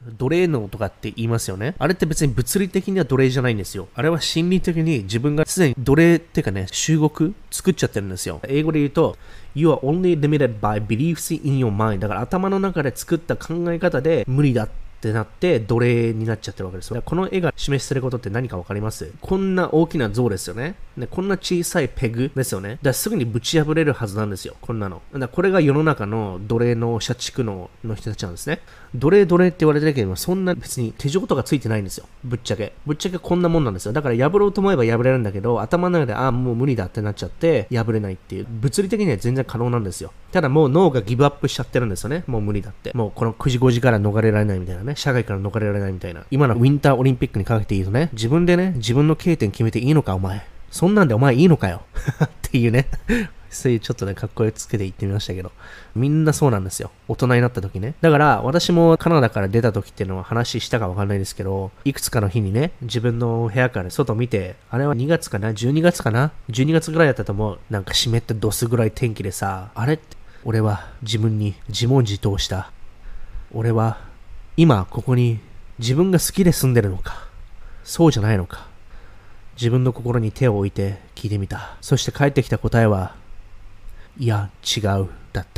奴隷脳とかって言いますよね。あれって別に物理的には奴隷じゃないんですよ。あれは心理的に自分がすでに奴隷っていうかね、集合作っちゃってるんですよ。英語で言うと、You are only limited by beliefs in your mind. だから頭の中で作った考え方で無理だってなって奴隷になっちゃってるわけですよ。この絵が示してることって何かわかります？こんな大きな像ですよね。こんな小さいペグですよね。だからすぐにぶち破れるはずなんですよ。こんなの。だからこれが世の中の奴隷の社畜の人たちなんですね。奴隷って言われてるけども、そんな別に手錠とかついてないんですよ。ぶっちゃけこんなもんなんですよ。だから破ろうと思えば破れるんだけど、頭の中でもう無理だってなっちゃって破れないっていう。物理的には全然可能なんですよ。ただもう脳がギブアップしちゃってるんですよね。もう無理だって。もうこの9時5時から逃れられないみたいなね。社会から逃れられないみたいな。今のウィンターオリンピックにかけていいとね、自分でね、自分の経点決めていいのかお前。そんなんでお前いいのかよっていうね。そういうちょっとね、かっこよくつけて言ってみましたけど、みんなそうなんですよ。大人になった時ね。だから私もカナダから出た時っていうのは話したかわかんないですけど、いくつかの日にね、自分の部屋から外見て、あれは2月かな ?12 月かな ?12 月ぐらいだったと思う。なんか湿ってどすぐらい天気でさ、あれって、俺は自分に自問自答した。俺は今ここに自分が好きで住んでるのか、そうじゃないのか。自分の心に手を置いて聞いてみた。そして返ってきた答えは、いや、違う、だった。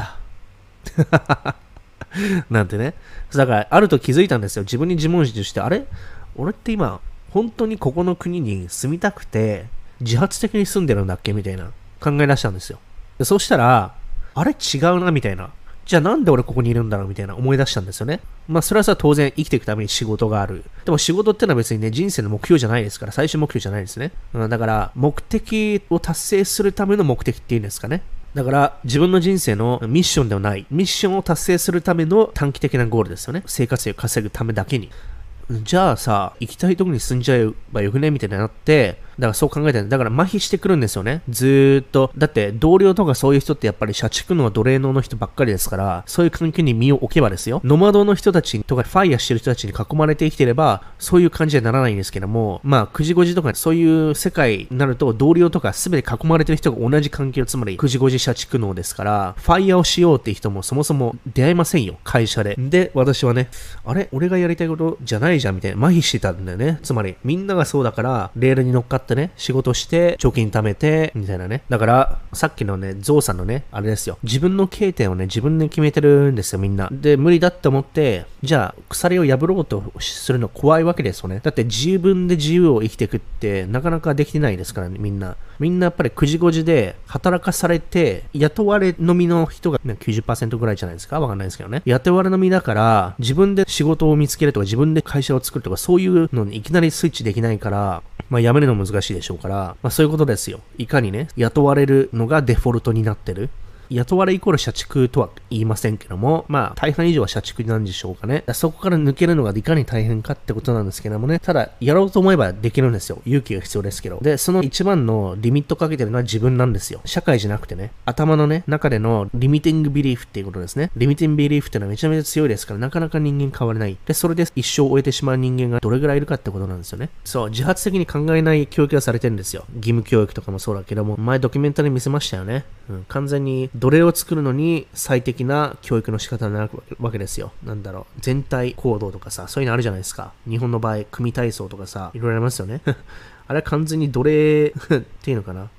なんてね。だから、あると気づいたんですよ。自分に自問自答して、あれ俺って今、本当にここの国に住みたくて、自発的に住んでるんだっけみたいな考え出したんですよ。でそうしたら、あれ違うな、みたいな。じゃあなんで俺ここにいるんだろうみたいな思い出したんですよね。まあそれはさ当然生きていくために仕事がある。でも仕事ってのは別にね人生の目標じゃないですから、最終目標じゃないですね。だから目的を達成するための目的っていうんですかね。だから自分の人生のミッションではない。ミッションを達成するための短期的なゴールですよね。生活費を稼ぐためだけに。じゃあさ、行きたいとこに住んじゃえばよくねみたいになって、だからそう考えてる。だから麻痺してくるんですよね。ずーっと。だって同僚とかそういう人ってやっぱり社畜の奴隷の人ばっかりですから、そういう環境に身を置けばですよ。ノマドの人たちとかファイヤーしてる人たちに囲まれて生きてれば、そういう感じにならないんですけども、まあ9時5時とかそういう世界になると同僚とか全て囲まれてる人が同じ環境、つまり9時5時社畜能ですから、ファイヤーをしようっていう人もそもそも出会いませんよ。会社で。で、私はね、あれ俺がやりたいことじゃないじゃんみたいな麻痺してたんだよね。つまりみんながそうだからレールに乗っかってね仕事して貯金貯めてみたいなね。だからさっきのねゾウさんのねあれですよ、自分の経点をね自分で決めてるんですよみんな。で無理だって思ってじゃあ鎖を破ろうとするの怖いわけですよね。だって自分で自由を生きていくってなかなかできてないですからね。みんなやっぱり9時5時で働かされて雇われのみの人が、ね、90% ぐらいじゃないですか。わかんないですけどね。雇われのみだから自分で仕事を見つけるとか自分で会社を作るとかそういうのにいきなりスイッチできないから、まあ辞めるの難しいでしょうから、まあそういうことですよ。いかにね雇われるのがデフォルトになってる。雇われイコール社畜とは言いませんけども、まあ大半以上は社畜なんでしょうかね。そこから抜けるのがいかに大変かってことなんですけどもね。ただやろうと思えばできるんですよ。勇気が必要ですけど。でその一番のリミットかけてるのは自分なんですよ。社会じゃなくてね、頭のね中でのリミティングビリーフっていうことですね。リミティングビリーフっていうのはめちゃめちゃ強いですから、なかなか人間変われない。でそれで一生を終えてしまう人間がどれぐらいいるかってことなんですよね。そう自発的に考えない教育がされてるんですよ。義務教育とかもそうだけども、前ドキュメンタリー見せましたよね。完全に奴隷を作るのに最適な教育の仕方になるわけですよ。なんだろう、全体行動とかさ、そういうのあるじゃないですか。日本の場合組体操とかさ、いろいろありますよね。あれは完全に奴隷っていうのかな、